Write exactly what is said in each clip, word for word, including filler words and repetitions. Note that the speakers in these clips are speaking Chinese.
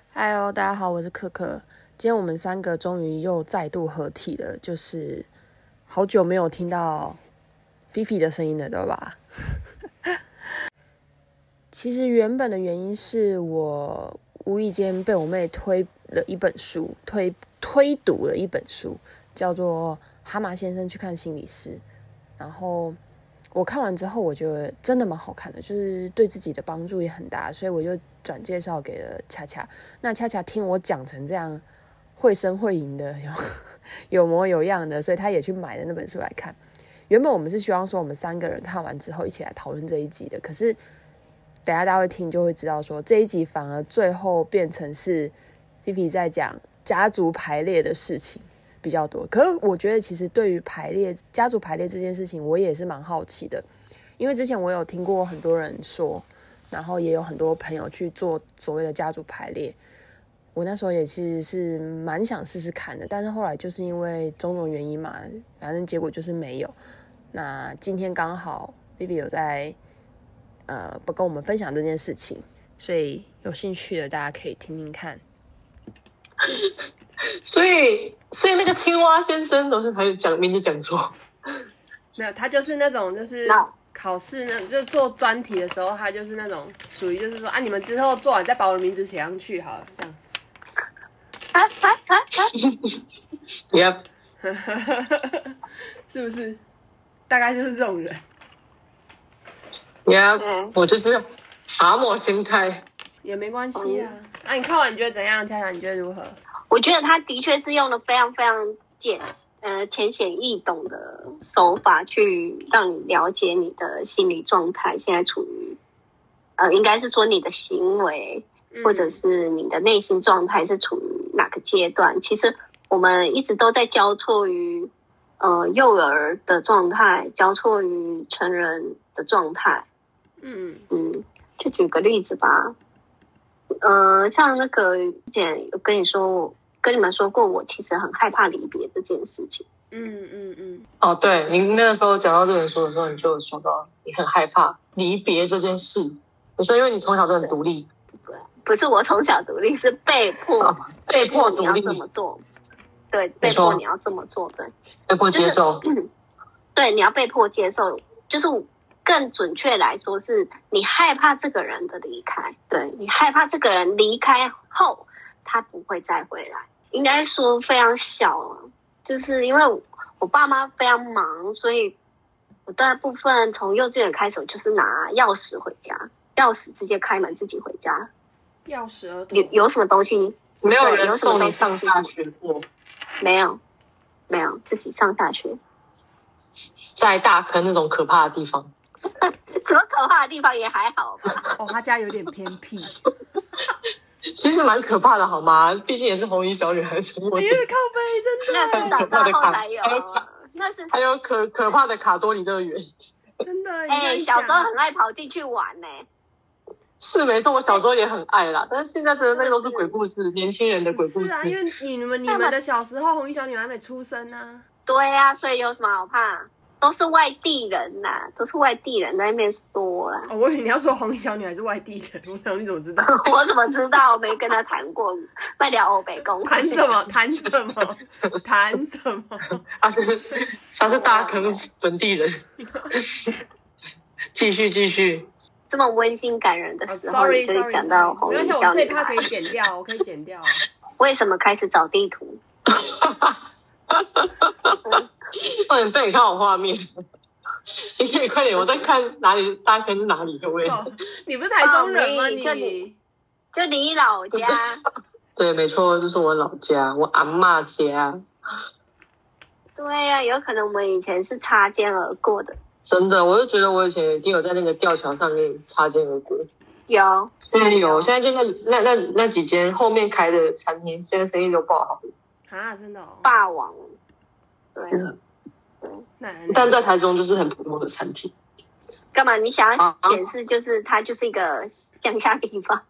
嗨哦，大家好，我是可可。今天我们三个终于又再度合体了，就是好久没有听到菲菲的声音了，对吧？其实原本的原因是我无意间被我妹推了一本书，推推读了一本书，叫做《蛤蟆先生去看心理师》。然后我看完之后，我觉得真的蛮好看的，就是对自己的帮助也很大，所以我就转介绍给了恰恰。那恰恰听我讲成这样绘声绘影的，有有模有样的，所以他也去买了那本书来看。原本我们是希望说我们三个人看完之后一起来讨论这一集的，可是等一下大家会听就会知道说，这一集反而最后变成是菲菲在讲家族排列的事情比较多。可是我觉得其实对于排列家族排列这件事情，我也是蛮好奇的，因为之前我有听过很多人说，然后也有很多朋友去做所谓的家族排列。我那时候也其实是蛮想试试看的，但是后来就是因为种种原因嘛，反正结果就是没有。那今天刚好 Vivi 有在呃不跟我们分享这件事情，所以有兴趣的大家可以听听看。 所以，所以那个青蛙先生，我是还讲名字讲错， 没有，他就是那种就是考试那就做专题的时候，他就是那种属于就是说啊，你们之后做完再把我的名字写上去好了，这样。 Yep 是不是？大概就是这种人。 Yep、嗯、我就是蛤蟆心态。 也没关系啊。嗯、啊，你看完你觉得怎样？恰恰你觉得如何？ 我觉得他的确是用了非常非常简呃浅显易懂的手法去让你了解你的心理状态现在处于呃应该是说你的行为或者是你的内心状态是处于哪个阶段。其实我们一直都在交错于呃幼儿的状态，交错于成人的状态。嗯嗯，就举个例子吧。呃，像那个之前有跟你说，跟你们说过，我其实很害怕离别这件事情。 嗯嗯嗯。 哦，对，你那个时候讲到这本书的时候，你就有说到你很害怕离别这件事。你说因为你从小都很独立。 对，不是我从小独立，是被迫、哦、 被迫独立你要这么做。对，被迫你要这么做，对。 被迫接受。 就是嗯、对，你要被迫接受，就是。更准确来说是你害怕这个人的离开，对，你害怕这个人离开后他不会再回来。应该说非常小啊，就是因为我爸妈非常忙，所以我大部分从幼稚园开始就是拿钥匙回家，钥匙直接开门自己回家。 钥匙儿有有什么东西没有人送你上下学过？ 没有没有，自己上下学， 在大坑那种可怕的地方。 什么可怕的地方也还好吧。 哦，他家有点偏僻。 其实蛮可怕的好吗？毕竟也是红衣小女孩出没。 因为靠背真的。 那是长大后才有。那是还有可可怕的卡多里乐园。 真的。 哎、欸，小时候很爱跑进去玩呢、欸。 是没错，我小时候也很爱啦，但是现在真的那都是鬼故事，年轻人的鬼故事。 是啊，因为你们你们的小时候红衣小女孩还没出生啊。 对啊，所以有什么好怕？都是外地人呐、啊，都是外地人在那边说啊。 哦，我以为你要说红衣小女孩是外地人，我想你怎么知道？ 我怎么知道？我没跟他谈过，卖聊欧北公。 谈什么？谈什么？谈什么？ 他是他是大坑本地人。继续继续。 这么温馨感人的时候， oh, sorry, 你就讲到红衣小女孩。 没关系，我这一趴可以剪掉，我可以剪掉。 为什么开始找地图？ 快点，带你看我画面。你可以快点，我在看哪里大坑是哪里各位、 哦、你不是台中人吗？你就你就你老家。 对，没错，就是我老家，我阿嬷家。 对呀、啊，有可能我们以前是擦肩而过的。 真的，我就觉得我以前一定有在那个吊桥上面擦肩而过。 有， 现在有，现在就那那那那几间后面开的餐厅，现在生意都不好。 啊，真的哦。 霸王。对。嗯但在台中就是很普通的餐厅。 干嘛？你想要显示就是它就是一个乡下地方？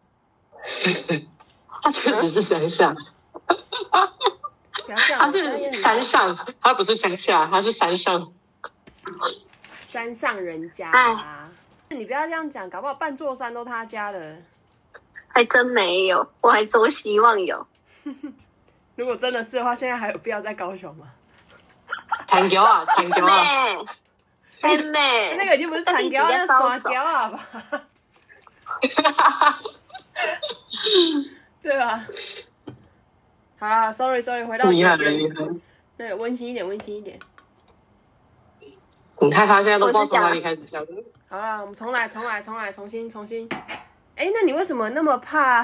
它确实是乡下。它是山上，它不是乡下，它是山上。 山上人家啊！你不要这样讲，搞不好半座山都他家的。 还真没有，我还多希望有。 如果真的是的话，现在还有必要在高雄吗？ 产条啊，产条啊， 太美， 那个已经不是产条，那是刷条啊吧？对吧？好啊 ，sorry sorry，回到厉害厉害， 对，温馨一点，温馨一点。 你看他现在都不知道从哪里开始讲的。 好啦，我们重来，重来，重来，重新，重新。哎，那你为什么那么怕？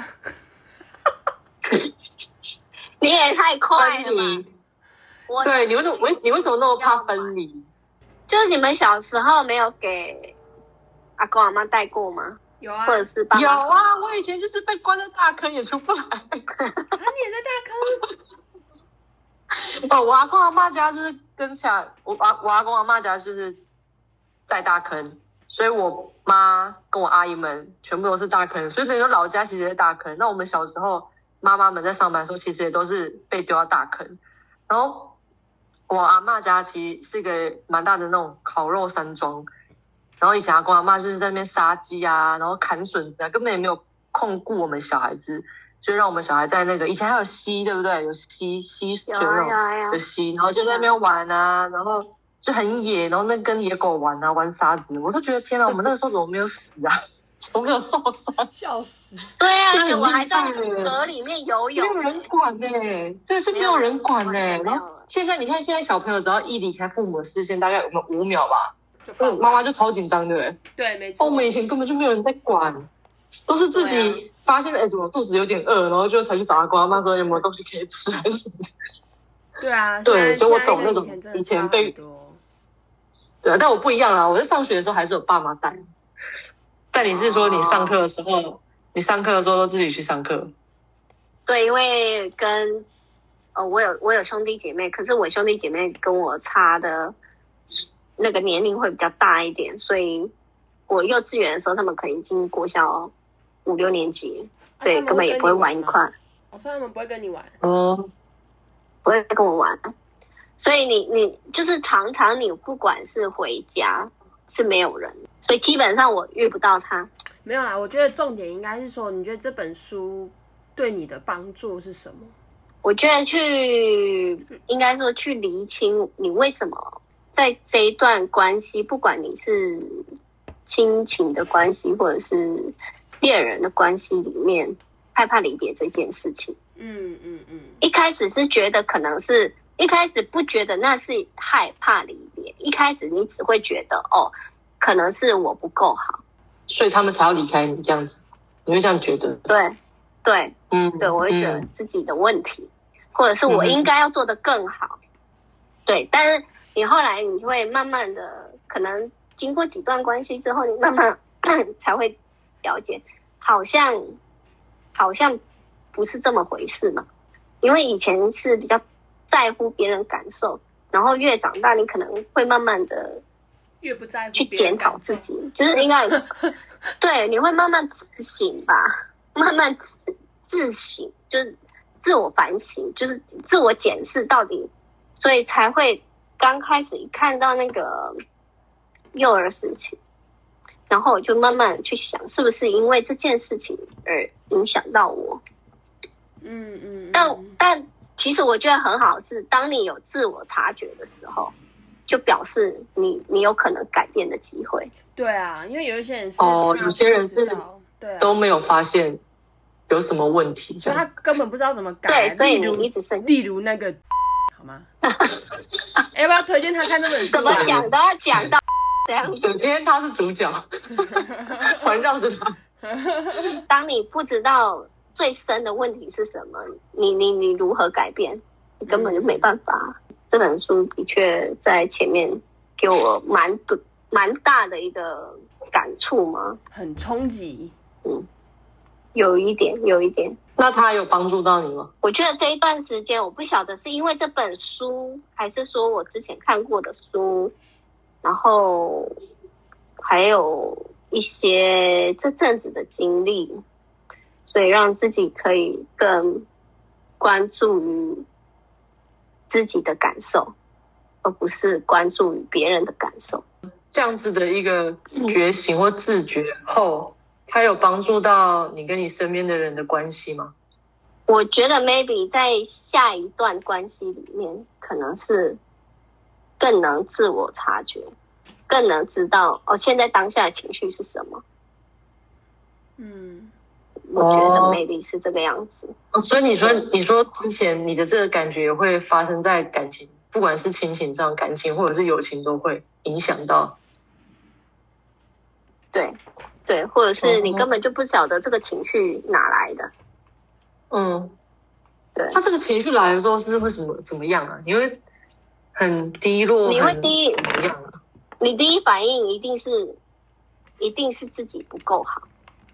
你也太快了吧！我对，你为什么？你为什么那么怕分离？ 就是你们小时候没有给阿公阿妈带过吗？ 有啊， 或者是爸爸？ 有啊，我以前就是被关在大坑也出不来。啊，你也在大坑？哦，我阿公阿妈家就是跟下，我阿我阿公阿妈家就是在大坑，所以我妈跟我阿姨们全部都是大坑，所以等于说老家其实也在大坑。那我们小时候妈妈们在上班的时候，其实也都是被丢到大坑。然后我阿嬷家其实是一个蛮大的那种烤肉山庄，然后以前阿公阿嬷就是在那边杀鸡啊，然后砍笋子啊，根本也没有空顾我们小孩子，就让我们小孩在那个以前还有溪，对不对？有溪溪水那种有溪，然后就在那边玩啊，然后就很野，然后那跟野狗玩啊，玩沙子，我都觉得天哪，我们那个时候怎么没有死啊？怎么没有受伤？ 笑死！ 对啊，而且我还在河里面游泳， 没有人管呢、欸，对，是没有人管呢、欸。然后现在你看，现在小朋友只要一离开父母的视线，大概有五秒吧，嗯，妈妈就超紧张的、欸。 对，没错。 我们以前根本就没有人在管，都是自己发现哎、欸，怎么肚子有点饿，然后就才去找阿公阿妈说有没有东西可以吃还是什么的。 对啊， 对，所以我懂那种以前被，对啊，但我不一样啦，我在上学的时候还是有爸妈带。但你是说你上课的时候，哦、你上课的时候都自己去上课？ 对，因为跟呃我有我有兄弟姐妹，可是我兄弟姐妹跟我差的那个年龄会比较大一点，所以我幼稚园的时候他们可能已经国小五六年级，所以根本也不会玩一块。 哦，所以他们不会跟你玩。 哦， 不会跟我玩。所以你你就是常常你不管是回家是没有人。所以基本上我遇不到他。 没有啦，我觉得重点应该是说，你觉得这本书对你的帮助是什么？ 我觉得去，应该说去厘清你为什么在这一段关系，不管你是亲情的关系或者是恋人的关系里面，害怕离别这件事情。 嗯嗯嗯。 一开始是觉得可能是一开始不觉得那是害怕离别，一开始你只会觉得哦。可能是我不够好， 所以他们才要离开你这样子，你会这样觉得？ 对，对， 嗯， 对，我会觉得自己的问题，嗯、或者是我应该要做得更好。嗯、对，但是你后来你会慢慢的，可能经过几段关系之后，你慢慢才会了解，好像好像不是这么回事嘛。因为以前是比较在乎别人感受，然后越长大，你可能会慢慢的。 越不在乎去检讨自己，就是应该对，你会慢慢自省吧，慢慢自自省，就是自我反省，就是自我检视到底，所以才会刚开始一看到那个幼儿事情，然后我就慢慢去想，是不是因为这件事情而影响到我？ 嗯嗯，嗯但但其实我觉得很好是，当你有自我察觉的时候。就表示你你有可能改变的机会。 对啊，因为有一些人是哦，有些人是对、啊、 都没有发现有什么问题， 所以他根本不知道怎么改。 对，所以你一直生气。 例如那个，好吗？要不要推荐他看这本书？ 怎么讲都要讲到这样子。 对，今天他是主角，环绕着他。 当你不知道最深的问题是什么，你你你如何改变，你根本就没办法。嗯这本书的确在前面给我蛮蛮大的一个感触嘛， 很冲击。 嗯，有一点，有一点。 那他有帮助到你吗？ 我觉得这一段时间，我不晓得是因为这本书，还是说我之前看过的书，然后还有一些这阵子的经历，所以让自己可以更关注于自己的感受，而不是关注于别人的感受。 这样子的一个觉醒或自觉后， 它有帮助到你跟你身边的人的关系吗？ 我觉得 maybe 在下一段关系里面，可能是更能自我察觉，更能知道哦，现在当下的情绪是什么。 嗯， 我觉得 maybe 是这个样子。 哦，所以你说你说之前你的这个感觉会发生在感情，不管是亲情上、感情或者是友情，都会影响到。 对对，或者是你根本就不晓得这个情绪哪来的。 嗯， 对。 他这个情绪来的时候是会什么怎么样啊？你会很低落， 你会第一怎么样啊？ 你第一反应一定是一定是自己不够好。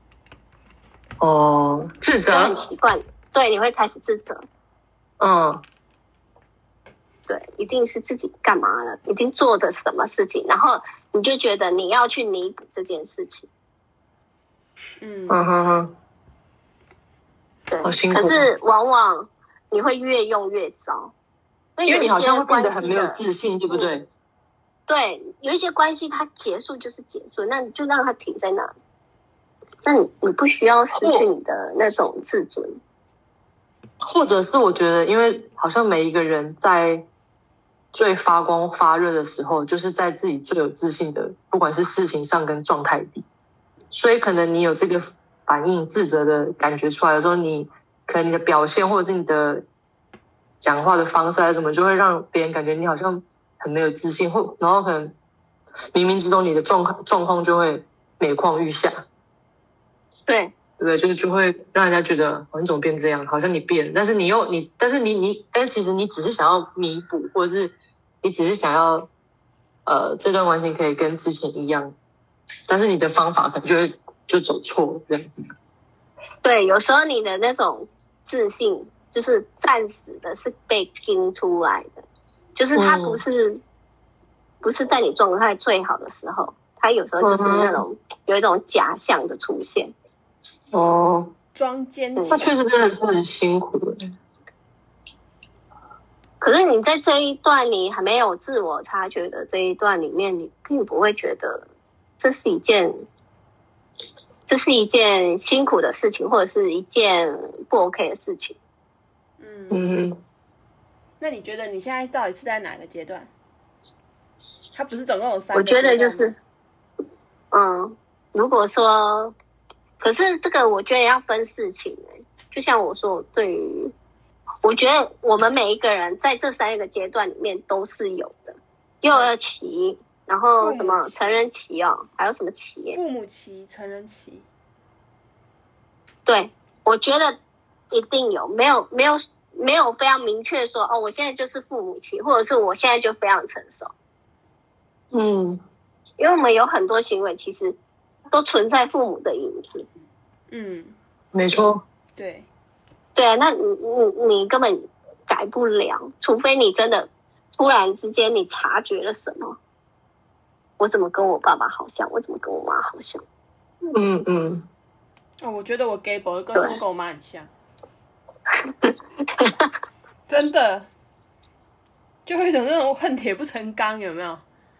哦，自责， 很奇怪，对，你会开始自责。 嗯， 对，一定是自己干嘛了，已经做的什么事情，然后你就觉得你要去弥补这件事情。 嗯嗯哼哼， 对， 好辛苦。 可是往往你会越用越糟， 因为你好像会变得很没有关系自信，对不对？ 嗯对，有一些关系它结束就是结束，那你就让它停在那里。那你你不需要失去你的那种自尊， 或者是我觉得，因为好像每一个人在最发光发热的时候，就是在自己最有自信的，不管是事情上跟状态里。所以可能你有这个反应、自责的感觉出来的时候，你可能你的表现或者是你的讲话的方式还是什么，就会让别人感觉你好像很没有自信，或然后可能冥冥之中你的状况状况就会每况愈下。 对， 对不对？就是就会让人家觉得，哦，你怎么变这样？好像你变了，但是你又你，但是你你，但其实你只是想要弥补，或者是你只是想要，呃，这段关系可以跟之前一样，但是你的方法可能就会就走错了这样。 对，有时候你的那种自信，就是暂时的是被盯出来的，就是它不是、嗯、不是在你状态最好的时候，它有时候就是那种、嗯、有一种假象的出现。 哦， 装坚强， 那确实真的是很辛苦的。 可是你在这一段你还没有自我察觉的这一段里面，你并不会觉得这是一件这是一件辛苦的事情，或者是一件不 OK 的事情。 嗯嗯， 那你觉得你现在到底是在哪个阶段？它不是总共有三个？ 我觉得就是，嗯，如果说。可是这个我觉得要分事情欸，就像我说，对于我觉得我们每一个人在这三个阶段里面都是有的，幼儿期，然后什么成人期哦，还有什么期？ 父母期、成人期。 对，我觉得一定有，没有没有没有非常明确说哦，我现在就是父母期，或者是我现在就非常成熟。 嗯， 因为我们有很多行为其实都存在父母的影子。 嗯， 没错。 对， 对啊，那你你你根本改不了，除非你真的突然之间你察觉了什么，我怎么跟我爸爸好像，我怎么跟我妈好像。 嗯嗯。 哦，我觉得我 gay 宝的个性跟我妈很像，真的，就会有那种恨铁不成钢，有没有？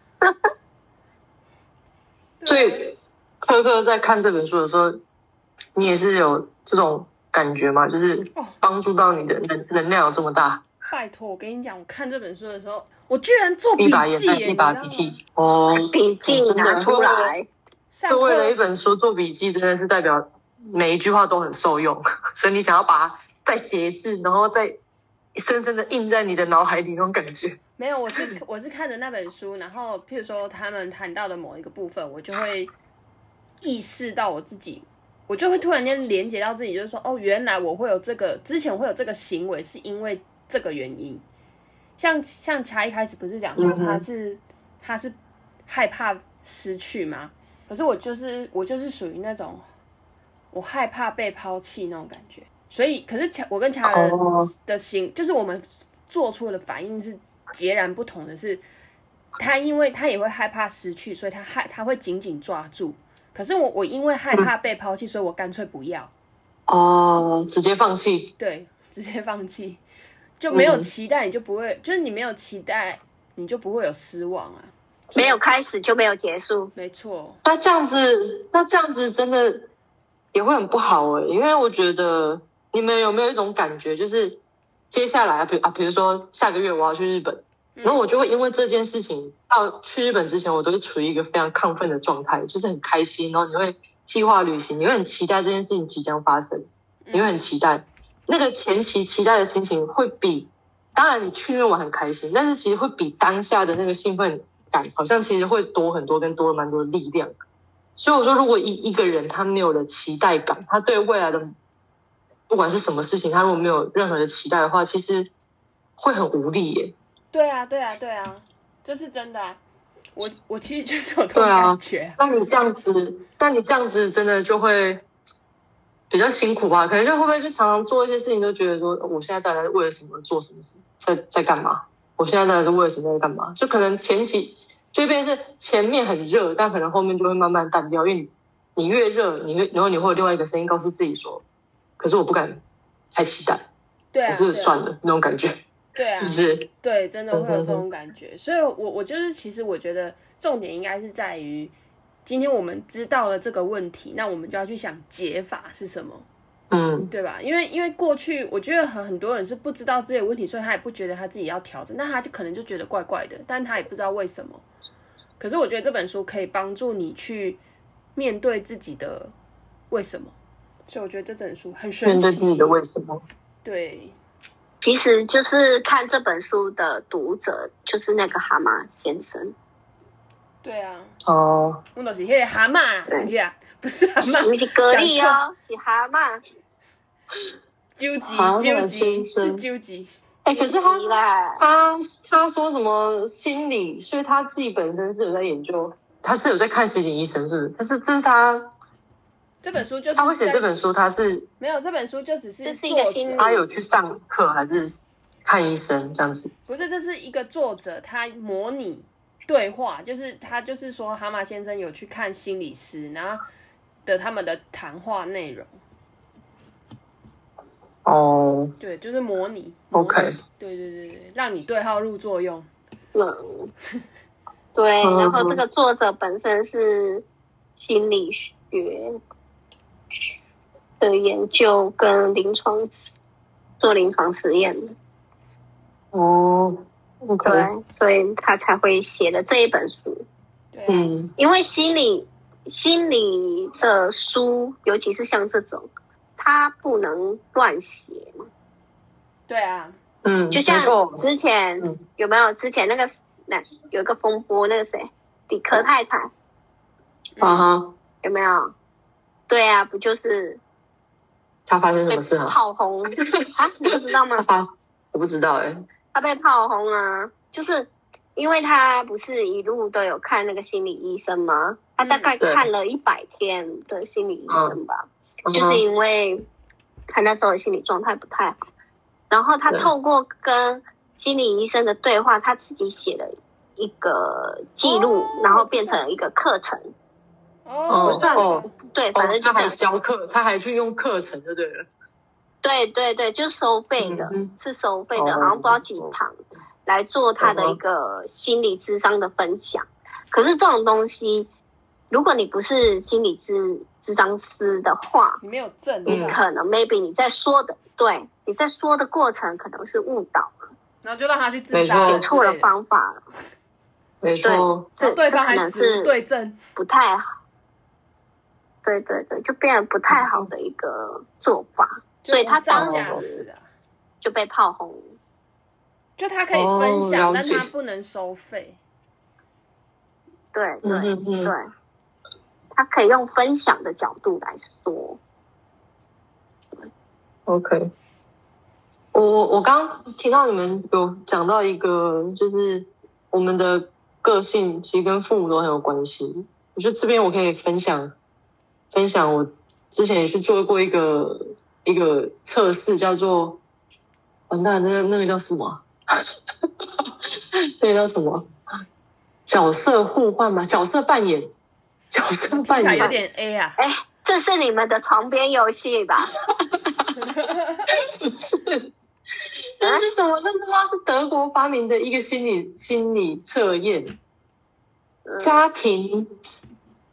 所以科科在看这本书的时候，你也是有这种感觉吗？就是帮助到你的能能量有这么大？ 拜托，我跟你讲，我看这本书的时候，我居然做笔记耶！ 一把笔记哦， 笔记拿出来， 就为了一本书做笔记，真的是代表每一句话都很受用，所以你想要把它再写一次，然后再深深的印在你的脑海里那种感觉。 没有，我是我是看着那本书，然后譬如说他们谈到的某一个部分，我就会意识到我自己，我就会突然间连接到自己，就是说，哦，原来我会有这个，之前我会有这个行为，是因为这个原因。像像乔一开始不是讲说他是、嗯、他是害怕失去吗？可是我就是我就是属于那种我害怕被抛弃那种感觉，所以可是乔我跟乔人的行、oh. 就是我们做出的反应是截然不同的是，他因为他也会害怕失去，所以他害他会紧紧抓住。可是我我因为害怕被抛弃，所以我干脆不要。 哦、oh, 直接放弃。 对，直接放弃，就没有期待，你就不会，嗯、就是你没有期待，你就不会有失望啊。 没有开始就没有结束， 没错。 那这样子，那这样子真的也会很不好诶、欸，因为我觉得你们有没有一种感觉，就是接下来比啊，比如说下个月我要去日本，然后我就会因为这件事情到去日本之前，我都是处于一个非常亢奋的状态，就是很开心，然后你会计划旅行，你会很期待这件事情即将发生，你会很期待，那个前期期待的心情会比，当然你去那边玩很开心，但是其实会比当下的那个兴奋感好像其实会多很多，跟多了蛮多的力量。所以我说，如果一一个人他没有了期待感，他对未来的不管是什么事情，他如果没有任何的期待的话，其实会很无力耶。 对啊，对啊，对啊，这是真的啊。我我其实就是有这种感觉。 对啊，那你这样子，那你这样子真的就会比较辛苦吧？可能就会不会就常常做一些事情，都觉得说，我现在到底是为了什么做什么事，在在干嘛？我现在到底是为了什么在干嘛？就可能前期就变成是前面很热，但可能后面就会慢慢淡掉，因为你你越热，你越然后你会有另外一个声音告诉自己说，可是我不敢太期待， 对啊， 可是算了、啊、那种感觉。 对啊， 是不是？ 对，真的会有这种感觉。所以我我就是其实我觉得重点应该是在于，今天我们知道了这个问题，那我们就要去想解法是什么， 嗯， 对吧？因为因为过去我觉得很很多人是不知道自己的问题，所以他也不觉得他自己要调整，那他就可能就觉得怪怪的，但他也不知道为什么。可是我觉得这本书可以帮助你去面对自己的为什么，所以我觉得这本书很神奇。 面对自己的为什么？ 对。 其实就是看这本书的读者，就是那个蛤蟆先生。 对啊。 哦。 我就是那个蛤蟆，不是啊，不是蛤蟆， 不是蛤蜊哦，是蛤蟆。 纠集，纠集是纠集。 哎、欸，可是他他他说什么心理，所以他自己本身是有在研究，他是有在看心理医生，是不是？但是这是他。 这本书就是他会写这本书，他是没有这本书就只是这是一个心理， 他有去上课还是看医生这样子？ 不是，这是一个作者他模拟对话，就是他就是说蛤蟆先生有去看心理师，然后的他们的谈话内容。 哦， 对，就是模拟。 OK。 对对对对，让你对号入座用。 嗯，对，然后这个作者本身是心理学的研究跟临床做临床实验的哦 ，OK， 对，所以他才会写的这一本书。 对、啊， 嗯， 因为心理心理的书，尤其是像这种，它不能乱写嘛。 对啊， 嗯， 就像之前、嗯、有没有之前那个那有一个风波，那个谁，理科太太， 啊哈、嗯， 有没有？对啊，不就是他发生什么事啊？ 炮轰啊？你不知道吗？ 他我不知道哎、欸。 他被炮轰啊，就是因为他不是一路都有看那个心理医生吗？他大概看了一百天的心理医生吧，嗯、就是因为他那时候的心理状态不太好，然后他透过跟心理医生的对话，他自己写了一个记录，哦、然后变成了一个课程。 哦哦， 对，反正就他还教课，他还去用课程就对了。 对对对，就是收费的，嗯、是收费的， 哦、 好像不知道几堂，来做他的一个心理諮商的分享。可是这种东西，如果你不是心理諮諮商師的话， 你没有证， 你可能 maybe 你在说的，对，你在说的过程可能是误导了， 然后就让他去自杀， 给错了方法了。 没错， 对， 对方还是对症， 不太好。对对对，就变得不太好的一个做法，所以他当时就被炮轰。 就他可以分享，哦、但他不能收费。 对对、嗯、对，他可以用分享的角度来说。 OK， 我我我刚听到你们有讲到一个，就是我们的个性其实跟父母都很有关系。我觉得这边我可以分享。分享我之前也去做过一个一个测试，叫做完蛋，那个那个叫什么？那个叫什么？角色互换吗？角色扮演？角色扮演有点 A 啊！ 哎，这是你们的床边游戏吧？ 不是，那是什么？那是吗？是德国发明的一个心理心理测验，嗯、家庭。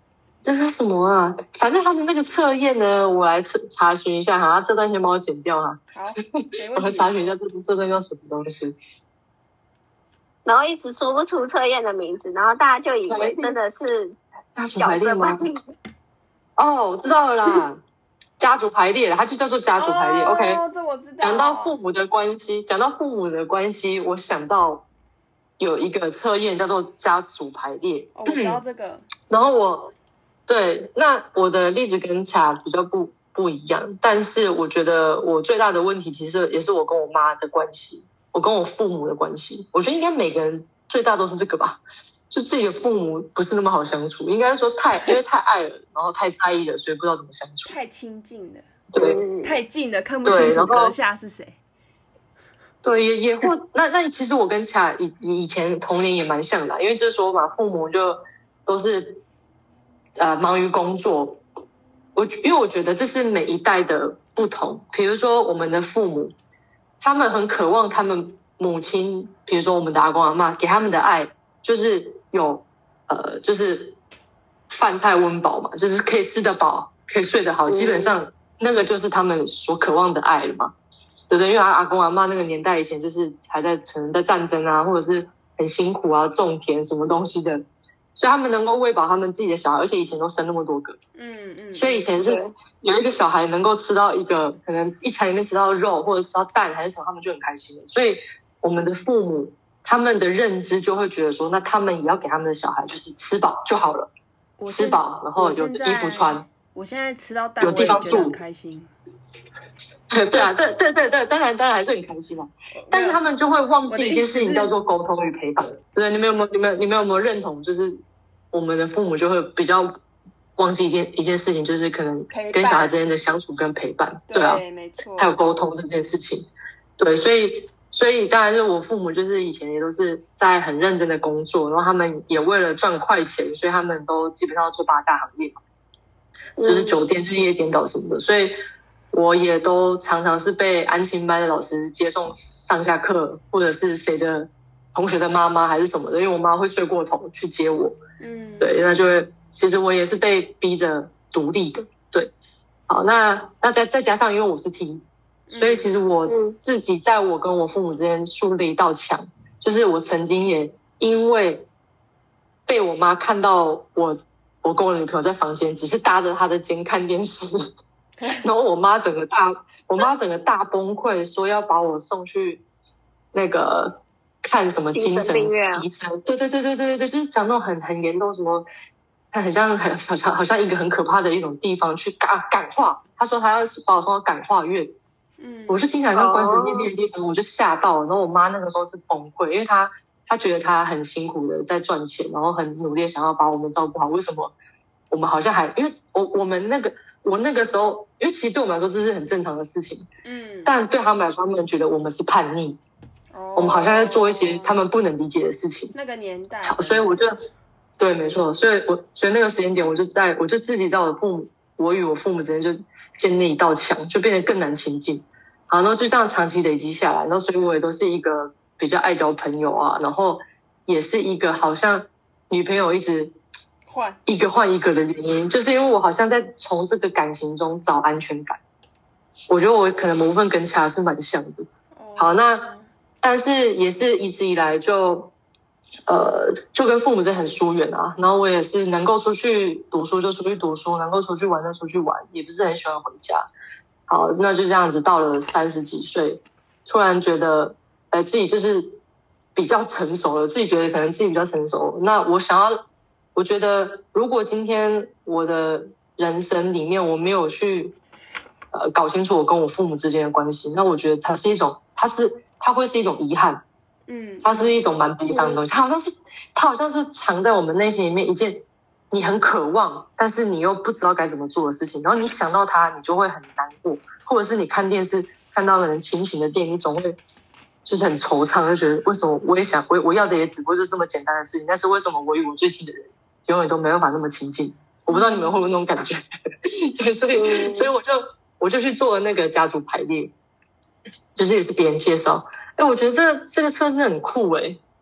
那个什么啊，反正他的那个测验呢，我来查查询一下哈，这段先帮我剪掉哈。 好，没问题。 我来查询一下这这段叫什么东西。 然后一直说不出测验的名字，然后大家就以为真的是家族排列吗？ 角色扮演哦，我知道了啦，家族排列，它就叫做家族排列。 哦、 OK， 这我知道。 讲到父母的关系，讲到父母的关系，我想到有一个测验叫做家族排列。 哦，我知道这个。 然后我对，那我的例子跟卡比较不不一样，但是我觉得我最大的问题其实也是我跟我妈的关系，我跟我父母的关系。我觉得应该每个人最大都是这个吧，就自己的父母不是那么好相处，应该说太因为太爱了，然后太在意了，所以不知道怎么相处。 太亲近了， 对， 太近了，看不清楚阁下是谁。 对，也也或那那其实我跟卡以以前童年也蛮像的，因为就是说嘛，父母就都是呃忙于工作。我因为我觉得这是每一代的不同，比如说我们的父母，他们很渴望他们母亲，比如说我们的阿公阿嬷给他们的爱，就是有呃就是饭菜温饱嘛，就是可以吃得饱，可以睡得好，基本上那个就是他们所渴望的爱了嘛。对不对？因为阿公阿嬷那个年代以前就是还在可能在战争啊，或者是很辛苦啊，种田什么东西的，所以他们能够喂饱他们自己的小孩，而且以前都生那么多个， 嗯嗯， 所以以前是有一个小孩能够吃到一个可能一餐里面吃到肉或者吃到蛋还是什么，他们就很开心了。所以我们的父母他们的认知就会觉得说，那他们也要给他们的小孩就是吃饱就好了，吃饱然后有衣服穿。 我现在吃到蛋有地方住， 很开心。 对啊，对对对对，当然当然还是很开心啊。但是他们就会忘记一件事情，叫做沟通与陪伴。对，你们有没有、你们、你们有没有认同？就是我们的父母就会比较忘记一件一件事情，就是可能跟小孩之间的相处跟陪伴。对啊， 没错， 还有沟通这件事情。对，所以所以当然是我父母就是以前也都是在很认真的工作，然后他们也为了赚快钱，所以他们都基本上做八大行业嘛，就是酒店、日夜颠倒什么的，所以。我也都常常是被安亲班的老师接送上下课，或者是谁的同学的妈妈还是什么的，因为我妈会睡过头去接我。嗯，对，那就会其实我也是被逼着独立的。对，好，那那再再加上因为我是 T， 所以其实我自己在我跟我父母之间树立一道墙，就是我曾经也因为被我妈看到我我跟我女朋友在房间只是搭着她的肩看电视。然后我妈整个大，我妈整个大崩溃，说要把我送去那个看什么精神医生。对对对对对对，就是讲那种很很严重什么，她很像很好像好像一个很可怕的一种地方去感感化。她说她要把我送到感化院，嗯，我就听起来像关神念念的地方，我就吓到了。然后我妈那个时候是崩溃，因为她她觉得她很辛苦的在赚钱，然后很努力想要把我们照顾好。为什么我们好像还因为我我们那个。我那个时候，因为其实对我们来说这是很正常的事情，嗯，但对他们来说，他们觉得我们是叛逆，哦，我们好像在做一些他们不能理解的事情。 那个年代， 好，所以我就，对，没错，所以我所以那个时间点，我就在我就自己在我的父母，我与我父母之间就建立一道墙，就变得更难亲近。好，然后就这样长期累积下来，然后所以我也都是一个比较爱交朋友啊，然后也是一个好像女朋友一直。换一个换一个的原因，就是因为我好像在从这个感情中找安全感。我觉得我可能某部分跟其他是蛮像的。好，那但是也是一直以来就呃就跟父母是很疏远啊。然后我也是能够出去读书就出去读书，能够出去玩就出去玩，也不是很喜欢回家。好，那就这样子到了三十几岁，突然觉得呃自己就是比较成熟了，自己觉得可能自己比较成熟。那我想要。我觉得，如果今天我的人生里面我没有去呃搞清楚我跟我父母之间的关系，那我觉得它是一种，它是它会是一种遗憾，嗯，它是一种蛮悲伤的东西。它好像是它好像是藏在我们内心里面一件你很渴望，但是你又不知道该怎么做的事情。然后你想到它，你就会很难过，或者是你看电视看到人亲情的电影，你总会。就是很惆怅，就觉得为什么我也想我我要的也只不过就是这么简单的事情，但是为什么我与我最亲的人永远都没办法那么亲近？我不知道你们会不会那种感觉。对，所以所以我就我就去做了那个家族排列，就是也是别人介绍。哎，我觉得这这个测试很酷哎、欸，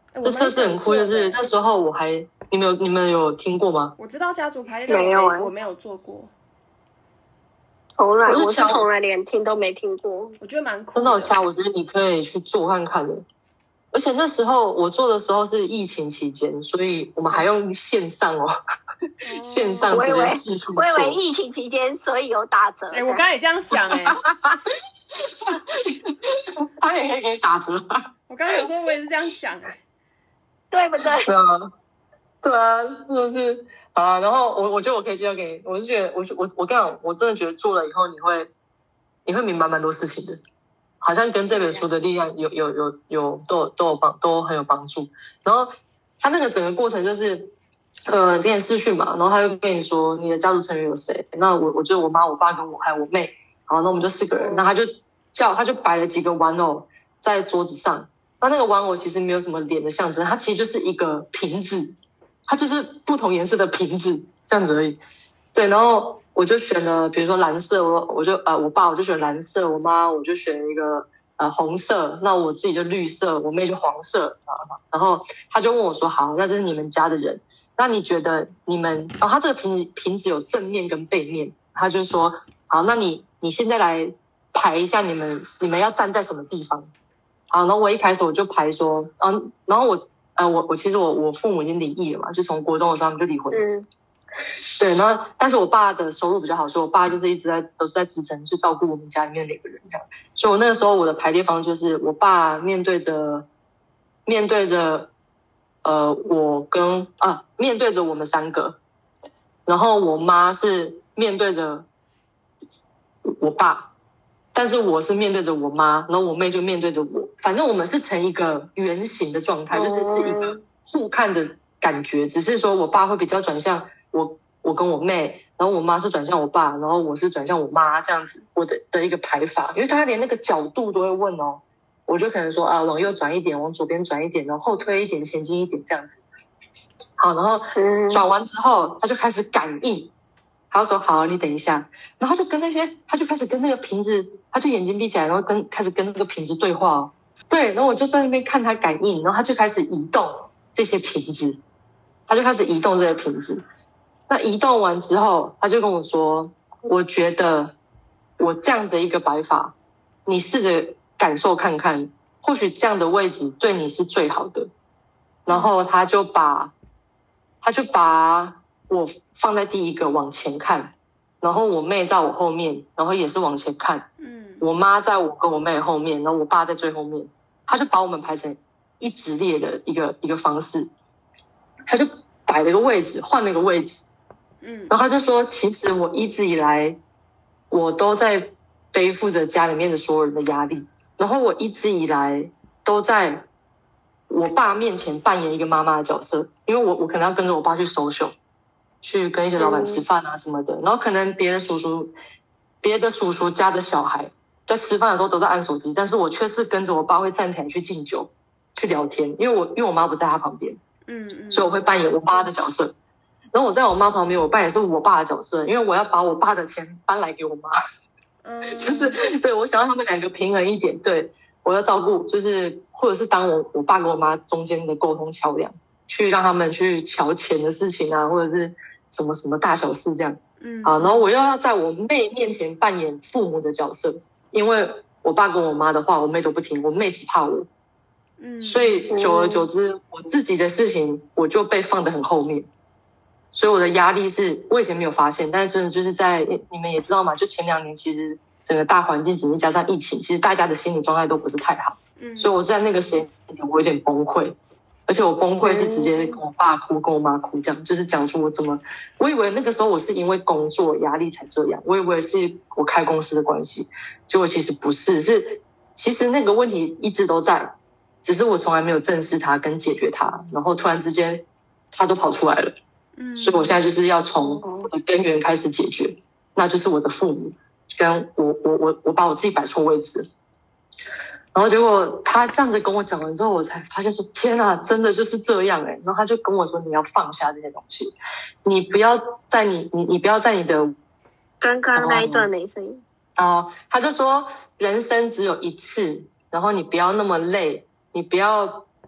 这测试很酷，就是那时候我还你们有你们有听过吗？ 我知道家族排列，没有、欸，我没有做过。 从来我是从来连听都没听过， 我觉得蛮酷的。 真的有差，我觉得你可以去做看看的。而且那时候我做的时候是疫情期间，所以我们还用线上哦，嗯、线上直接视讯做。 我以为疫情期间所以有打折。 哎、欸，我刚才也这样想哎、欸， 他也可以给你打折。 我刚才有时候我也是这样想哎、欸， 对不对？ 对啊，对啊，就是啊。然后我我觉得我可以介绍给你，我是觉得我我我跟你讲，我真的觉得做了以后你会你会明白蛮多事情的。好像跟这本书的力量有有有有都有都有帮都很有帮助。然后他那个整个过程就是，呃，今天视讯嘛，然后他就跟你说你的家族成员有谁？那我我就我妈、我爸跟我还有我妹，好，那我们就四个人。那他就叫他就摆了几个玩偶在桌子上。那那个玩偶其实没有什么脸的象征，它其实就是一个瓶子，它就是不同颜色的瓶子这样子而已。对，然后。我就选了，比如说蓝色，我我就呃，我爸我就选蓝色，我妈我就选一个呃红色，那我自己就绿色，我妹就黄色啊。然后他就问我说：“好，那这是你们家的人，那你觉得你们？哦，他这个瓶子瓶子有正面跟背面，他就说：好，那你你现在来排一下你们你们要站在什么地方？好，然后我一开始我就排说，嗯，然后我呃我我其实我我父母已经离异了嘛，就从国中的时候他们就离婚了。嗯。对，然后但是我爸的收入比较好，所以我爸就是一直在都是在支撑去照顾我们家里面每个人这样。所以我那个时候我的排列方就是我爸面对着面对着呃我跟啊面对着我们三个，然后我妈是面对着我爸，但是我是面对着我妈，然后我妹就面对着我，反正我们是成一个圆形的状态，就是是一个互看的感觉，只是说我爸会比较转向我我跟我妹，然后我妈是转向我爸，然后我是转向我妈这样子，我的的一个排法，因为他连那个角度都会问哦，我就可能说啊往右转一点，往左边转一点，然后后退一点，前进一点这样子。好，然后转完之后，他就开始感应，他就说好，你等一下，然后就跟那些，他就开始跟那个瓶子，他就眼睛闭起来，然后跟开始跟那个瓶子对话哦，对，然后我就在那边看他感应，然后他就开始移动这些瓶子，他就开始移动这些瓶子。那移动完之后，他就跟我说：“我觉得我这样的一个摆法，你试着感受看看，或许这样的位置对你是最好的。”然后他就把，他就把我放在第一个往前看，然后我妹在我后面，然后也是往前看。嗯，我妈在我跟我妹后面，然后我爸在最后面。他就把我们排成一直列的一个一个方式，他就摆了个位置，换了个位置。嗯，然后他就说，其实我一直以来，我都在背负着家里面的所有人的压力，然后我一直以来都在我爸面前扮演一个妈妈的角色，因为我我可能要跟着我爸去social，去跟一些老板吃饭啊什么的，然后可能别的叔叔、别的叔叔家的小孩在吃饭的时候都在按手机，但是我却是跟着我爸会站起来去敬酒、去聊天，因为我因为我妈不在他旁边，嗯嗯，所以我会扮演我妈的角色。然后我在我妈旁边，我扮演是我爸的角色，因为我要把我爸的钱搬来给我妈，嗯，就是对我想要他们两个平衡一点，对我要照顾，就是或者是当我我爸跟我妈中间的沟通桥梁，去让他们去瞧钱的事情啊，或者是什么什么大小事这样，嗯，好，然后我又要在我妹面前扮演父母的角色，因为我爸跟我妈的话，我妹都不听，我妹只怕我，嗯，所以久而久之，我自己的事情我就被放得很后面。所以我的压力是我以前没有发现，但是真的就是在你们也知道嘛，就前两年其实整个大环境紧急加上疫情，其实大家的心理状态都不是太好，嗯，所以我在那个时间点我有点崩溃，而且我崩溃是直接跟我爸哭跟我妈哭，这样就是讲出我怎么，我以为那个时候我是因为工作压力才这样，我以为是我开公司的关系，结果其实不是，是其实那个问题一直都在，只是我从来没有正视它跟解决它，然后突然之间它都跑出来了。嗯，所以我现在就是要从我的根源开始解决，那就是我的父母跟我我我我把我自己摆错位置，然后结果他这样子跟我讲完之后，我才发现说天啊，真的就是这样哎、欸，然后他就跟我说你要放下这些东西，你不要在你你你不要在你的刚刚那一段没声音哦，他就说人生只有一次，然后你不要那么累，你不要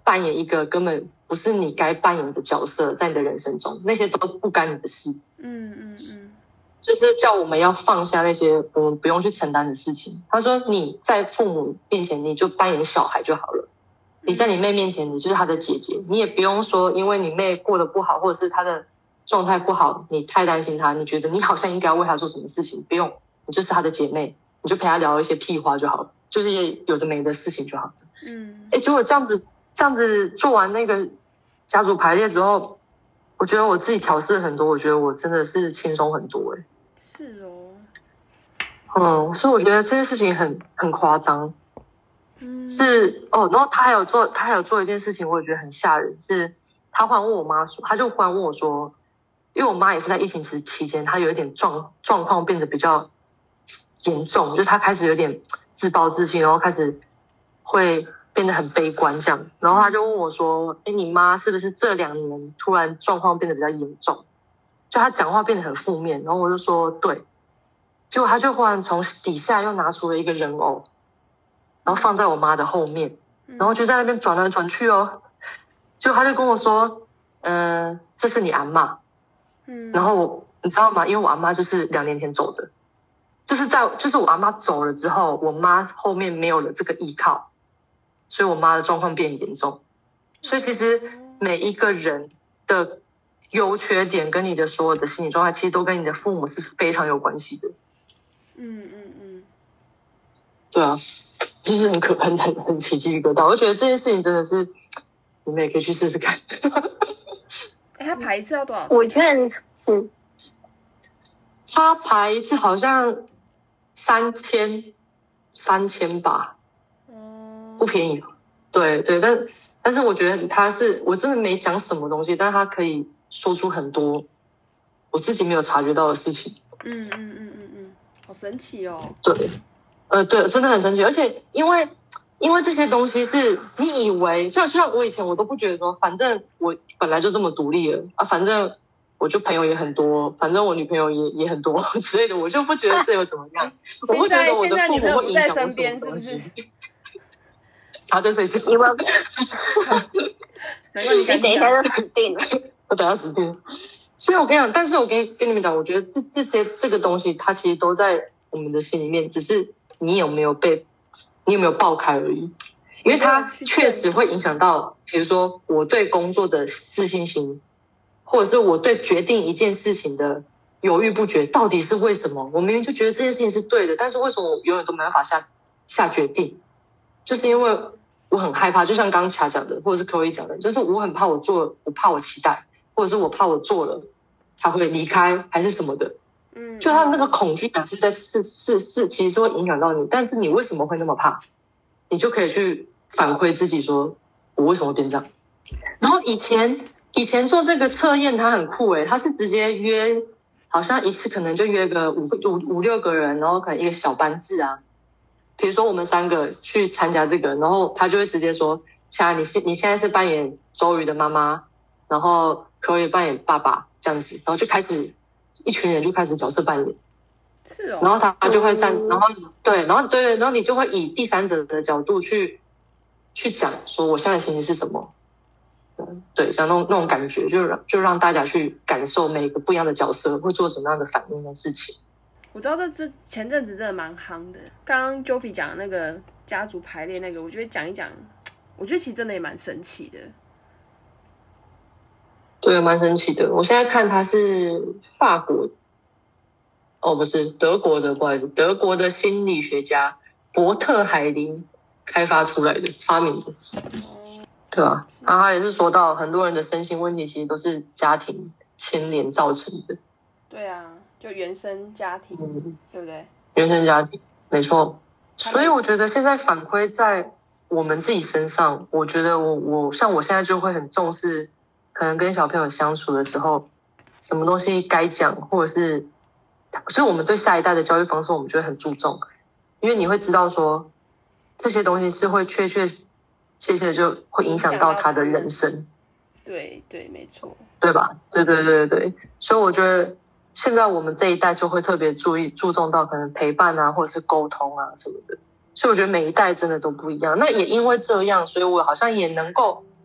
扮演一个根本不是你该扮演的角色，在你的人生中，那些都不干你的事。 嗯嗯嗯， 就是叫我们要放下那些我们不用去承担的事情。他说你在父母面前你就扮演小孩就好了，你在你妹面前你就是她的姐姐，你也不用说因为你妹过得不好或者是她的状态不好，你太担心她，你觉得你好像应该要为她做什么事情，不用，你就是她的姐妹，你就陪她聊一些屁话就好了，就是有的没的事情就好了。嗯，哎，结果这样子这样子做完那个家族排列之后，我觉得我自己调试很多，我觉得我真的是轻松很多。哎， 是哦， 嗯，所以我觉得这件事情很很夸张。嗯，是哦，然后他还有做他还有做一件事情，我也觉得很吓人，是他忽然问我妈说，他就忽然问我说，因为我妈也是在疫情期期间，她有一点状状况变得比较严重，就是她开始有点自暴自弃，然后开始会变得很悲观这样，然后他就问我说，哎，你妈是不是这两年突然状况变得比较严重？就她讲话变得很负面，然后我就说对，结果他就忽然从底下又拿出了一个人偶，然后放在我妈的后面，然后就在那边转来转去哦，就他就跟我说，嗯、呃，这是你阿嬷，嗯，然后我你知道吗？因为我阿嬷就是两年前走的，就是在就是我阿嬷走了之后，我妈后面没有了这个依靠，所以我妈的状况变严重。所以其实每一个人的优缺点跟你的所有的心理状态，其实都跟你的父母是非常有关系的。嗯嗯嗯，对啊，就是很可很很很起鸡皮疙瘩。我觉得这件事情真的是，你们也可以去试试看。 哎，他排一次要多少钱？ 我觉得，嗯， 他排一次好像三千，三千吧，嗯，不便宜。对对，但但是我觉得他是，我真的没讲什么东西，但是他可以说出很多我自己没有察觉到的事情。 嗯嗯嗯嗯嗯，好神奇哦。 对，呃，对，真的很神奇，而且因为因为这些东西是你以为，虽然虽然我以前我都不觉得说，反正我本来就这么独立了啊，反正我就朋友也很多，反正我女朋友也也很多之类的，我就不觉得这有怎么样，我不觉得我的父母会影响我什么东西。他在睡觉。 你们， 难怪你等一下就死定了。 我等下死定了。所以我跟你讲，但是我跟跟你们讲，我觉得这这些这个东西，它其实都在我们的心里面，只是你有没有被，你有没有爆开而已。因为它确实会影响到，比如说我对工作的自信心，或者是我对决定一件事情的犹豫不决，到底是为什么？我明明就觉得这件事情是对的，但是为什么我永远都没办法下下决定？就是因为我很害怕，就像刚刚卡讲的，或者是 Chloe 讲的，就是我很怕我做，我怕我期待，或者是我怕我做了他会离开，还是什么的。嗯，就他的那个恐惧感是在是是是，其实是会影响到你。但是你为什么会那么怕？你就可以去反馈自己说，我为什么变这样？然后以前以前做这个测验，它很酷诶，它是直接约，好像一次可能就约个五五五六个人，然后可能一个小班制啊。比如说我们三个去参加这个，然后他就会直接说：“恰，你现你现在是扮演周瑜的妈妈，然后可以扮演爸爸这样子，然后就开始一群人就开始角色扮演。 是哦。 然后他他就会站，然后对，然后对，然后你就会以第三者的角度去去讲说我现在的情绪是什么，对，像那种那种感觉，就让就让大家去感受每个不一样的角色会做什么样的反应的事情。” 我知道这这前阵子真的蛮夯的。刚刚 Joffy 讲的那个家族排列那个，我觉得讲一讲，我觉得其实真的也蛮神奇的。 对，蛮神奇的。我现在看他是法国，哦，不是德国的，不好意思，德国的心理学家伯特海林开发出来的，发明的，对吧？然后他也是说到，很多人的身心问题其实都是家庭牵连造成的。 对啊。就原生家庭，嗯、对不对？ 原生家庭，没错。所以我觉得现在反馈在我们自己身上，我觉得我我像我现在就会很重视，可能跟小朋友相处的时候，什么东西该讲，或者是，所以我们对下一代的教育方式，我们就会很注重，因为你会知道说，这些东西是会确确切切就会影响到他的人生。 对对，没错， 对吧？对对对对对，所以我觉得。现在我们这一代就会特别注意注重到可能陪伴啊，或者是沟通啊什么的，所以我觉得每一代真的都不一样。那也因为这样，所以我好像也能够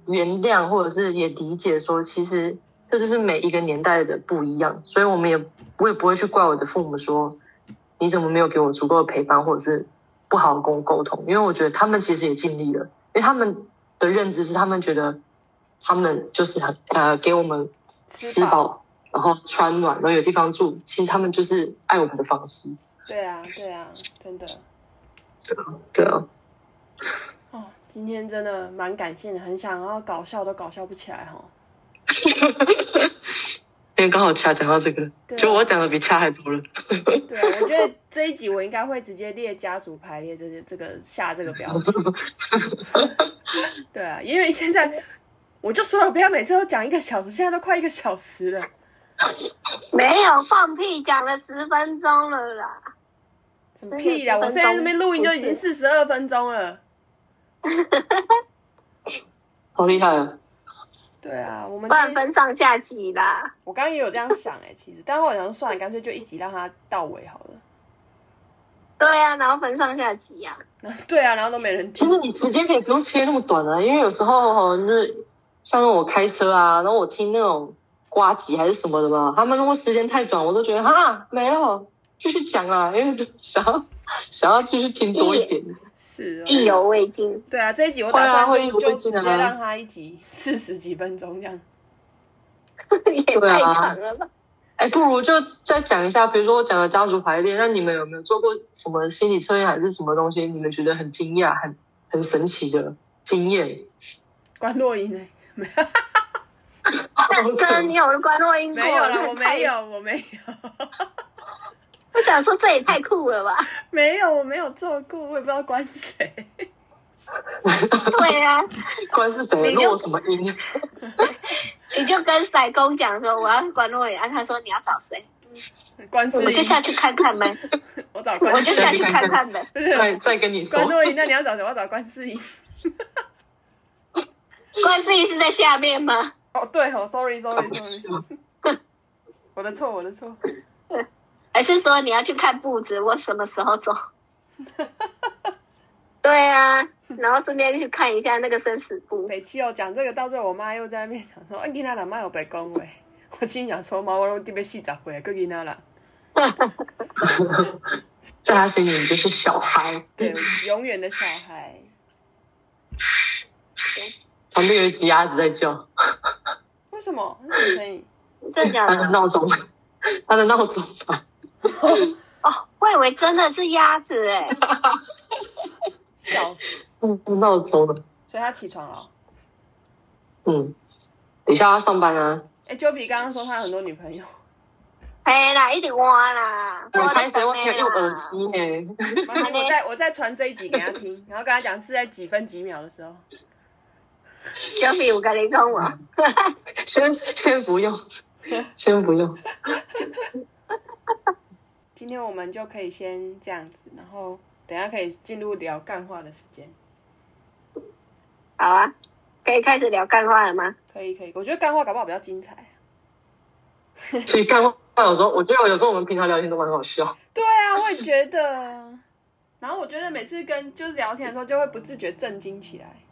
原谅，或者是也理解说，其实这就是每一个年代的不一样，所以我们也我也不会去怪我的父母说你怎么没有给我足够的陪伴，或者是不好好跟我沟通，因为我觉得他们其实也尽力了，因为他们的认知是他们觉得他们就是很呃给我们吃饱，然后穿暖，然后有地方住，其实他们就是爱我们的方式。 对啊，对啊，真的。 对啊，对啊。 哦，今天真的蛮感性的，很想要搞笑都搞笑不起来哈。 因为刚好恰讲到这个， 啊、 就我讲的比恰还多了。 对啊，我觉得这一集我应该会直接列家族排列这些这个下这个标题。对啊，因为现在我就说了，不要每次都讲一个小时，现在都快一个小时了。 没有放屁，讲了十分钟了啦。 什么屁啦！我现在这边录音就已经四十二分钟了。 好厉害啊！ 对啊，我们不然分上下集啦。 我刚刚也有这样想哎、欸，其实，但是我想说算了，干脆就一集让它到尾好了。 对啊，然后分上下集呀、 啊。对啊，然后都没人听。 其实你时间可以不用切那么短啊，因为有时候就是像我开车啊，然后我听那种呱集还是什么的嘛，他们如果时间太短，我都觉得哈没了，继续讲啊，因为就想要想要继续听多一点。 是、哦， 意犹未尽。 对啊，这一集我打算就、 啊、 就直接让他一集四十几分钟这样。 也太长了吧？ 哎、啊，不如就再讲一下，比如说我讲的家族排列，那你们有没有做过什么心理测验还是什么东西？你们觉得很惊讶、很很神奇的经验？ 关洛音呢？没有。 那你有关洛音过？ 没有啦，我没有，我没有。 我想说，这也太酷了吧！ 没有，我没有做过，我也不知道关谁。 对啊， 关是谁？落什么音？ 你就跟塞公讲说我要关洛音，啊，他说你要找谁？ 关世音， 我就下去看看呗。 我找关， 我就下去看看呗。 再再跟你说。 关洛音，那你要找谁？我要找关世音。 关世音是在下面吗？ 哦，对哦 ，sorry sorry sorry， 我的错我的错。 还是说你要去看布置，我什么时候走？对啊，然后顺便去看一下那个生死簿。 北七哦，讲这个到最后，我妈又在那边讲说：“啊，囡仔人莫有白讲话。”我心想说：“妈，我都特别四十岁，个囡仔人。” 在他心里你就是小孩， 对，永远的小孩。 旁边有一只鸭子在叫。 为什么？那什么声音？ 真的假的？ 他的闹钟，他的闹钟吧。 哦，我以为真的是鸭子哎， 笑死！ 嗯，闹钟了。 所以他起床了、哦。 嗯，等一下要上班啊。 哎 ，Joey 刚刚说他有很多女朋友。 嘿啦，一直挖啦。 我开始我用耳机呢。 我再我再传这一集给他听，然后跟他讲是在几分几秒的时候。 Joey 我跟你讲我。 先先不用，先不用。 今天我们就可以先这样子，然后等一下可以进入聊干话的时间。 好啊，可以开始聊干话了吗？ 可以可以，我觉得干话搞不好比较精彩。 其实干话有时候，我觉得有时候我们平常聊天都蛮好笑。 对啊，我也觉得。然后我觉得每次跟就是聊天的时候，就会不自觉震惊起来。